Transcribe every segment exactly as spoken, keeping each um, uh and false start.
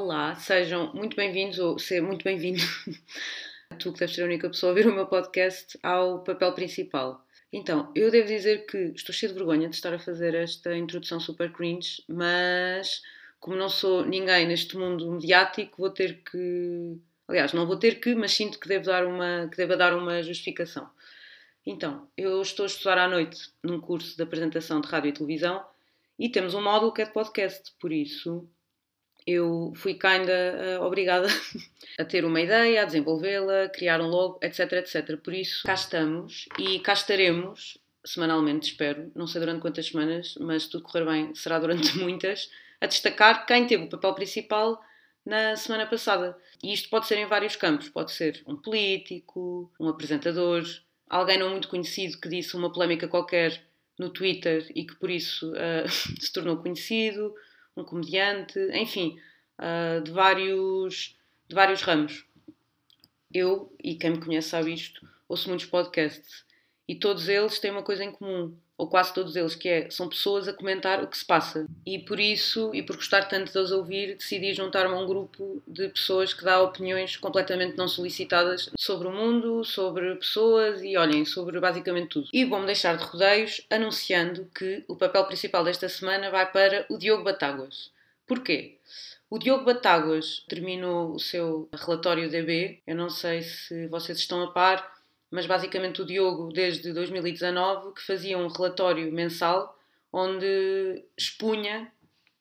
Olá, sejam muito bem-vindos, ou ser muito bem-vindo, tu que deves ser a única pessoa a ouvir o meu podcast, ao papel principal. Então, eu devo dizer que estou cheia de vergonha de estar a fazer esta introdução super cringe, mas como não sou ninguém neste mundo mediático, vou ter que... Aliás, não vou ter que, mas sinto que devo dar uma, que devo dar uma justificação. Então, eu estou a estudar à noite num curso de apresentação de rádio e televisão e temos um módulo que é de podcast, por isso eu fui kinda uh, obrigada a ter uma ideia, a desenvolvê-la, criar um logo, etc, etcétera. Por isso, cá estamos e cá estaremos semanalmente, espero, não sei durante quantas semanas, mas se tudo correr bem, será durante muitas, a destacar quem teve o papel principal na semana passada. E isto pode ser em vários campos, pode ser um político, um apresentador, alguém não muito conhecido que disse uma polémica qualquer no Twitter e que por isso uh, se tornou conhecido, um comediante, enfim, uh, de, vários, de vários ramos. Eu, e quem me conhece sabe isto, ouço muitos podcasts e todos eles têm uma coisa em comum, ou quase todos eles, que é, são pessoas a comentar o que se passa. E por isso, e por gostar tanto de os ouvir, decidi juntar-me a um grupo de pessoas que dá opiniões completamente não solicitadas sobre o mundo, sobre pessoas e, olhem, sobre basicamente tudo. E vou-me deixar de rodeios anunciando que o papel principal desta semana vai para o Diogo Batáguas. Porquê? O Diogo Batáguas terminou o seu relatório D B, eu não sei se vocês estão a par, mas basicamente o Diogo, desde dois mil e dezanove, que fazia um relatório mensal onde expunha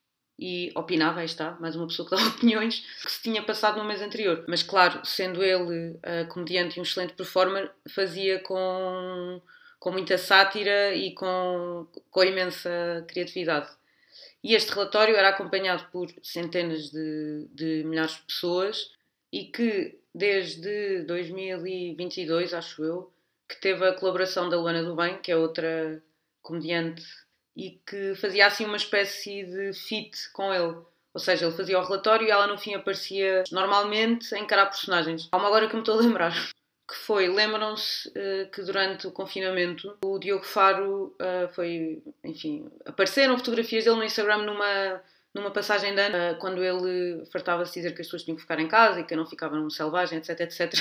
e opinava, aí está, mais uma pessoa que dá opiniões, que se tinha passado no mês anterior. Mas claro, sendo ele uh, comediante e um excelente performer, fazia com, com muita sátira e com, com imensa criatividade. E este relatório era acompanhado por centenas de, de milhares de pessoas e que desde dois mil e vinte e dois, acho eu, que teve a colaboração da Luana do Bem, que é outra comediante, e que fazia assim uma espécie de feat com ele. Ou seja, ele fazia o relatório e ela no fim aparecia normalmente a encarar personagens. Há uma agora que me estou a lembrar. Que foi, lembram-se uh, que durante o confinamento o Diogo Faro uh, foi, enfim, apareceram fotografias dele no Instagram numa, numa passagem de ano, uh, quando ele fartava-se dizer que as pessoas tinham que ficar em casa e que eu não ficava num selvagem, etc, etcétera.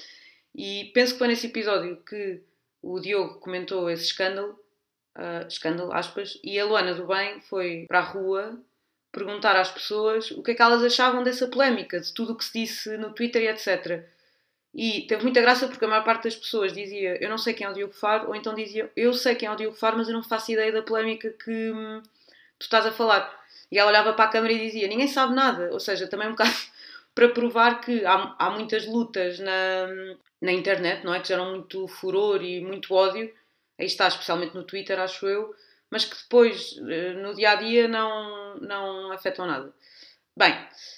E penso que foi nesse episódio que o Diogo comentou esse escândalo, uh, escândalo, aspas, e a Luana do Bem foi para a rua perguntar às pessoas o que é que elas achavam dessa polémica, de tudo o que se disse no Twitter e etcétera. E teve muita graça porque a maior parte das pessoas dizia eu não sei quem é o Diogo Faro, ou então dizia eu sei quem é o Diogo Faro, mas eu não faço ideia da polémica que hum, tu estás a falar. E ela olhava para a câmara e dizia ninguém sabe nada. Ou seja, também um bocado para provar que há, há muitas lutas na, na internet, não é? Que geram muito furor e muito ódio. Aí está, especialmente no Twitter, acho eu. Mas que depois, no dia-a-dia, não, não afetam nada. Bem,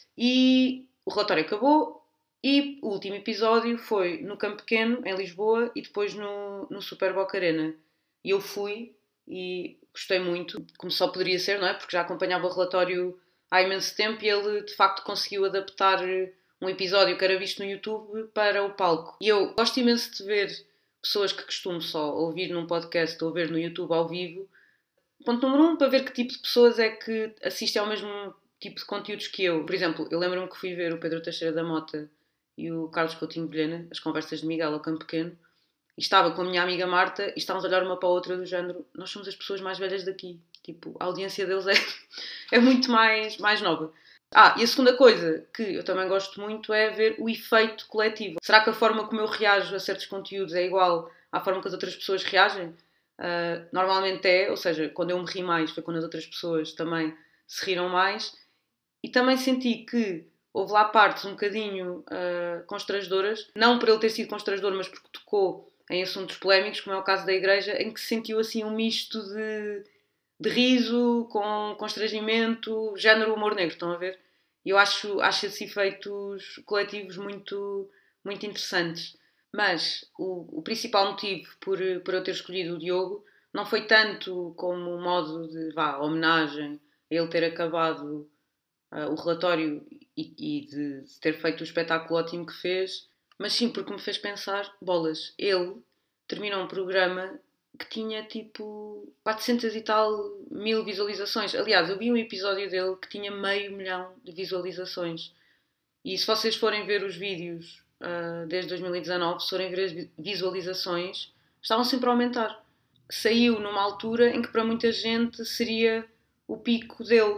e o relatório acabou. E o último episódio foi no Campo Pequeno, em Lisboa, e depois no, no Super Boca Arena. E eu fui e gostei muito, como só poderia ser, não é? Porque já acompanhava o relatório há imenso tempo e ele, de facto, conseguiu adaptar um episódio que era visto no YouTube para o palco. E eu gosto imenso de ver pessoas que costumo só ouvir num podcast ou ver no YouTube ao vivo. Ponto número um, para ver que tipo de pessoas é que assistem ao mesmo tipo de conteúdos que eu. Por exemplo, eu lembro-me que fui ver o Pedro Teixeira da Mota e o Carlos Coutinho Vilhena, as conversas de Miguel ao Campo Pequeno, e estava com a minha amiga Marta e estávamos a olhar uma para a outra do género, nós somos as pessoas mais velhas daqui. Tipo, a audiência deles é, é muito mais, mais nova. Ah, e a segunda coisa que eu também gosto muito é ver o efeito coletivo. Será que a forma como eu reajo a certos conteúdos é igual à forma que as outras pessoas reagem? Uh, normalmente é, ou seja, quando eu me ri mais foi quando as outras pessoas também se riram mais. E também senti que houve lá partes um bocadinho uh, constrangedoras, não por ele ter sido constrangedor, mas porque tocou em assuntos polémicos, como é o caso da igreja, em que se sentiu assim um misto de, de riso, com constrangimento, género humor negro, estão a ver? E eu acho, acho esses efeitos coletivos muito, muito interessantes. Mas o, o principal motivo por, por eu ter escolhido o Diogo não foi tanto como modo de vá, homenagem a ele ter acabado uh, o relatório e, e de, de ter feito o espetáculo ótimo que fez, mas sim porque me fez pensar, bolas, ele terminou um programa que tinha tipo quatrocentas e tal mil visualizações. Aliás, eu vi um episódio dele que tinha meio milhão de visualizações. E se vocês forem ver os vídeos uh, desde dois mil e dezanove, se forem ver as visualizações, estavam sempre a aumentar. Saiu numa altura em que para muita gente seria o pico dele.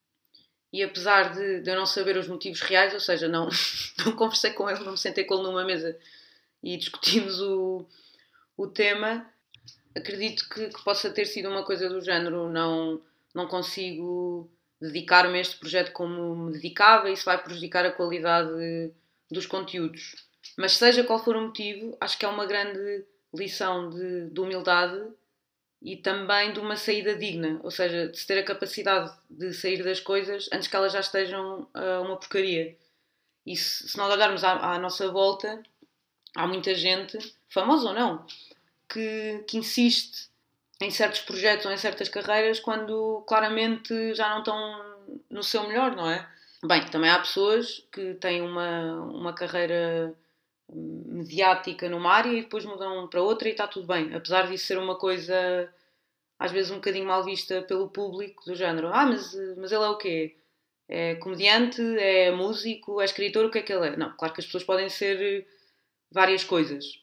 E apesar de, de eu não saber os motivos reais, ou seja, não, não conversei com ele, não me sentei com ele numa mesa e discutimos o, o tema, acredito que, que possa ter sido uma coisa do género. Não, não consigo dedicar-me a este projeto como me dedicava, e isso vai prejudicar a qualidade dos conteúdos. Mas seja qual for o motivo, acho que é uma grande lição de, de humildade e também de uma saída digna, ou seja, de se ter a capacidade de sair das coisas antes que elas já estejam uh, uma porcaria. E se, se nós olharmos à, à nossa volta, há muita gente, famosa ou não, que, que insiste em certos projetos ou em certas carreiras quando claramente já não estão no seu melhor, não é? Bem, também há pessoas que têm uma, uma carreira mediática numa área e depois mudam para outra e está tudo bem, apesar disso ser uma coisa às vezes um bocadinho mal vista pelo público, do género, ah, mas, mas ele é o quê? É comediante? É músico? É escritor? O que é que ele é? Não, claro que as pessoas podem ser várias coisas.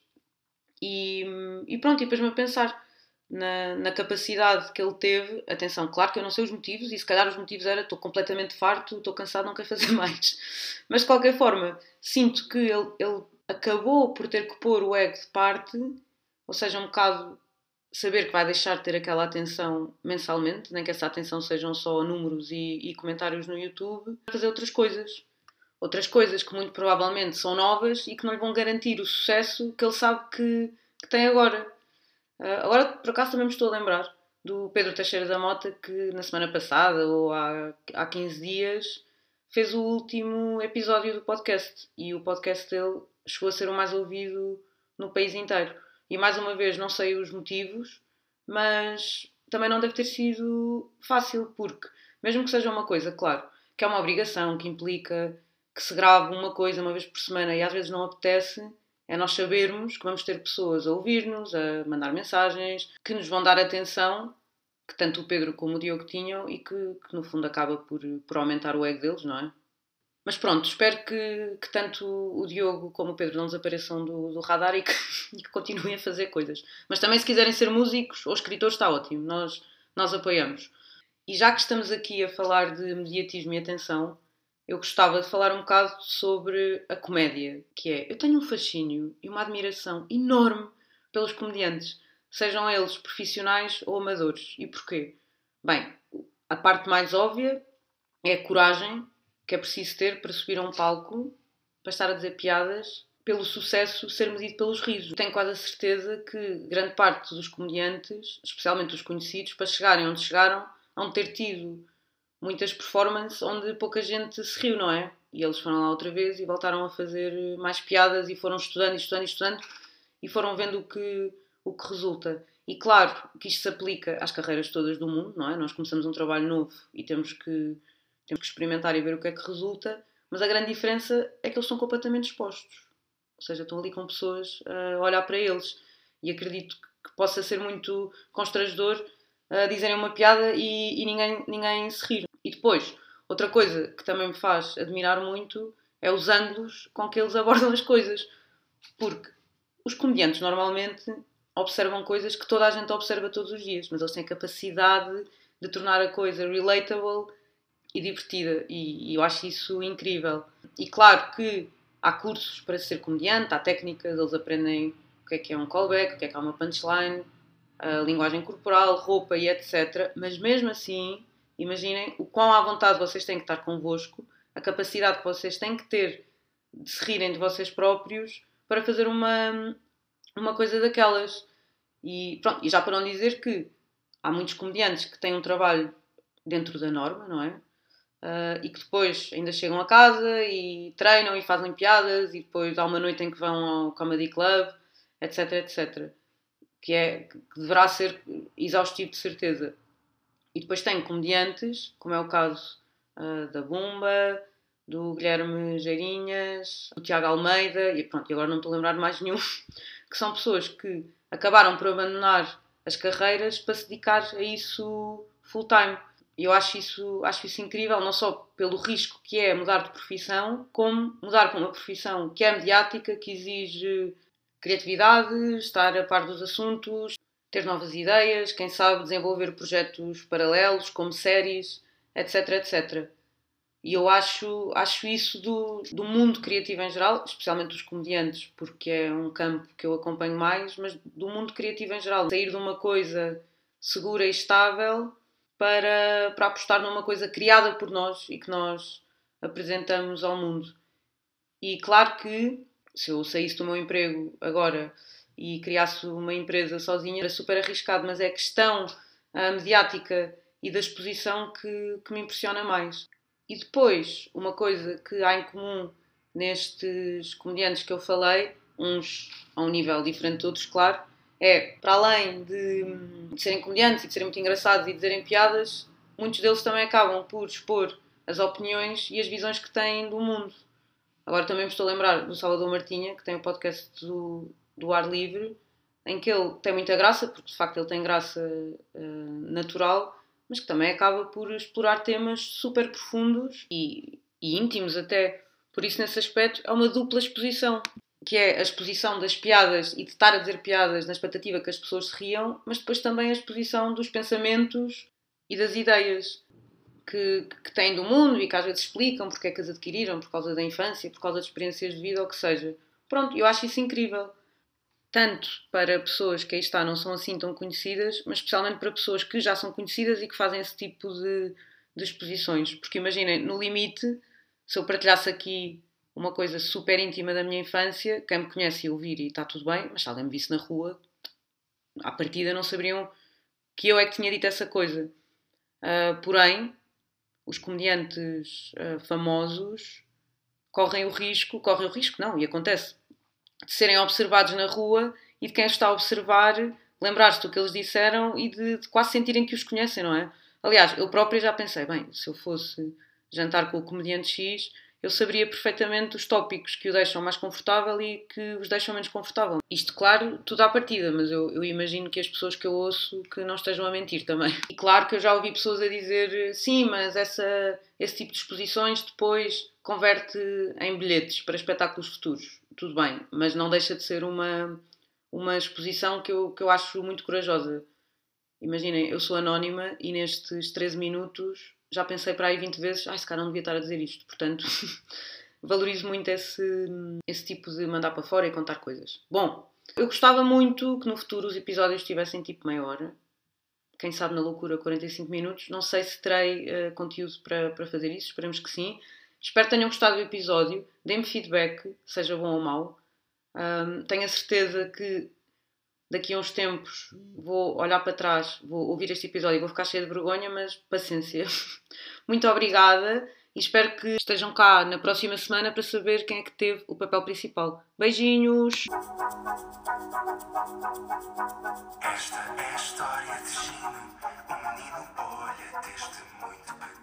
E, e pronto, e depois-me a pensar na, na capacidade que ele teve. Atenção, claro que eu não sei os motivos, e se calhar os motivos era estou completamente farto, estou cansado, não quero fazer mais. Mas de qualquer forma, sinto que ele, ele acabou por ter que pôr o ego de parte, ou seja, um bocado saber que vai deixar de ter aquela atenção mensalmente, nem que essa atenção sejam só números e, e comentários no YouTube, fazer outras coisas. Outras coisas que muito provavelmente são novas e que não lhe vão garantir o sucesso que ele sabe que, que tem agora. Uh, agora, por acaso, também me estou a lembrar do Pedro Teixeira da Mota, que na semana passada ou há, há quinze dias fez o último episódio do podcast, e o podcast dele chegou a ser o mais ouvido no país inteiro. E mais uma vez, não sei os motivos, mas também não deve ter sido fácil, porque mesmo que seja uma coisa, claro, que é uma obrigação, que implica que se grave uma coisa uma vez por semana e às vezes não apetece, é nós sabermos que vamos ter pessoas a ouvir-nos, a mandar mensagens, que nos vão dar atenção, que tanto o Pedro como o Diogo tinham, e que, que no fundo acaba por, por aumentar o ego deles, não é? Mas pronto, espero que, que tanto o Diogo como o Pedro não desapareçam do, do radar e que, e que continuem a fazer coisas. Mas também, se quiserem ser músicos ou escritores, está ótimo, nós, nós apoiamos. E já que estamos aqui a falar de mediatismo e atenção, eu gostava de falar um bocado sobre a comédia, que é, eu tenho um fascínio e uma admiração enorme pelos comediantes, sejam eles profissionais ou amadores. E porquê? Bem, a parte mais óbvia é a coragem que é preciso ter para subir a um palco, para estar a dizer piadas, pelo sucesso ser medido pelos risos. Tenho quase a certeza que grande parte dos comediantes, especialmente os conhecidos, para chegarem onde chegaram, hão de ter tido muitas performances onde pouca gente se riu, não é? E eles foram lá outra vez e voltaram a fazer mais piadas e foram estudando e estudando e estudando e foram vendo o que, o que resulta. E claro que isto se aplica às carreiras todas do mundo, não é? Nós começamos um trabalho novo e temos que, temos que experimentar e ver o que é que resulta, mas a grande diferença é que eles estão completamente expostos. Ou seja, estão ali com pessoas a olhar para eles. E acredito que possa ser muito constrangedor a dizerem uma piada e, e ninguém, ninguém se rir. E depois, outra coisa que também me faz admirar muito é os ângulos com que eles abordam as coisas. Porque os comediantes normalmente observam coisas que toda a gente observa todos os dias, mas eles têm a capacidade de tornar a coisa relatable e divertida. E, e eu acho isso incrível. E claro que há cursos para ser comediante, há técnicas, eles aprendem o que é que é um callback, o que é que é uma punchline, a linguagem corporal, roupa e etcétera. Mas mesmo assim, imaginem o quão à vontade vocês têm que estar convosco, a capacidade que vocês têm que ter de se rirem de vocês próprios para fazer uma, uma coisa daquelas. E, pronto, e já para não dizer que há muitos comediantes que têm um trabalho dentro da norma, não é? Uh, e que depois ainda chegam a casa e treinam e fazem piadas e depois há uma noite em que vão ao comedy club, etc, etcétera. Que, é, que deverá ser exaustivo de certeza. E depois tem comediantes, como é o caso uh, da Bumba, do Guilherme Geirinhas, do Tiago Almeida, e pronto, e agora não me estou a lembrar de mais nenhum, que são pessoas que acabaram por abandonar as carreiras para se dedicar a isso full time. E eu acho isso, acho isso incrível, não só pelo risco que é mudar de profissão, como mudar para uma profissão que é mediática, que exige criatividade, estar a par dos assuntos, ter novas ideias, quem sabe desenvolver projetos paralelos, como séries, etc, etcétera. E eu acho, acho isso do, do mundo criativo em geral, especialmente dos comediantes, porque é um campo que eu acompanho mais, mas do mundo criativo em geral. Sair de uma coisa segura e estável para, para apostar numa coisa criada por nós e que nós apresentamos ao mundo. E claro que se eu saísse do meu emprego agora e criasse uma empresa sozinha era super arriscado, mas é a questão a mediática e da exposição que, que me impressiona mais. E depois, uma coisa que há em comum nestes comediantes que eu falei, uns a um nível diferente de outros, claro, é, para além de, de serem comediantes e de serem muito engraçados e de dizerem piadas, muitos deles também acabam por expor as opiniões e as visões que têm do mundo. Agora também me estou a lembrar do Salvador Martinha, que tem o podcast do, do Ar Livre, em que ele tem muita graça, porque de facto ele tem graça uh, natural, mas que também acaba por explorar temas super profundos e, e íntimos até. Por isso, nesse aspecto, é uma dupla exposição, que é a exposição das piadas e de estar a dizer piadas na expectativa que as pessoas se riam, mas depois também a exposição dos pensamentos e das ideias que, que têm do mundo e que às vezes explicam porque é que as adquiriram, por causa da infância, por causa de experiências de vida ou o que seja. Pronto, eu acho isso incrível. Tanto para pessoas que aí está não são assim tão conhecidas, mas especialmente para pessoas que já são conhecidas e que fazem esse tipo de, de exposições. Porque imaginem, no limite, se eu partilhasse aqui uma coisa super íntima da minha infância, quem me conhece ia ouvir e está tudo bem, mas se alguém me visse na rua, à partida não saberiam que eu é que tinha dito essa coisa. Uh, porém, os comediantes uh, famosos correm o risco, correm o risco não, e acontece, de serem observados na rua e de quem os está a observar lembrar-se do que eles disseram e de, de quase sentirem que os conhecem, não é? Aliás, eu própria já pensei, bem, se eu fosse jantar com o comediante X, eu saberia perfeitamente os tópicos que o deixam mais confortável e que os deixam menos confortável. Isto, claro, tudo à partida, mas eu, eu imagino que as pessoas que eu ouço que não estejam a mentir também. E claro que eu já ouvi pessoas a dizer, sim, mas essa, esse tipo de exposições depois converte em bilhetes para espetáculos futuros. Tudo bem, mas não deixa de ser uma, uma exposição que eu, que eu acho muito corajosa. Imaginem, eu sou anónima e nestes treze minutos já pensei para aí vinte vezes, ai, se calhar não devia estar a dizer isto. Portanto, valorizo muito esse, esse tipo de mandar para fora e contar coisas. Bom, eu gostava muito que no futuro os episódios tivessem tipo meia hora. Quem sabe na loucura quarenta e cinco minutos. Não sei se terei uh, conteúdo para, para fazer isso, esperemos que sim. Espero que tenham gostado do episódio. Deem-me feedback, seja bom ou mau. Um, tenho a certeza que daqui a uns tempos vou olhar para trás, vou ouvir este episódio e vou ficar cheia de vergonha, mas paciência. Muito obrigada e espero que estejam cá na próxima semana para saber quem é que teve o papel principal. Beijinhos! Esta é a história de Gino, um menino bolha desde muito pequeno.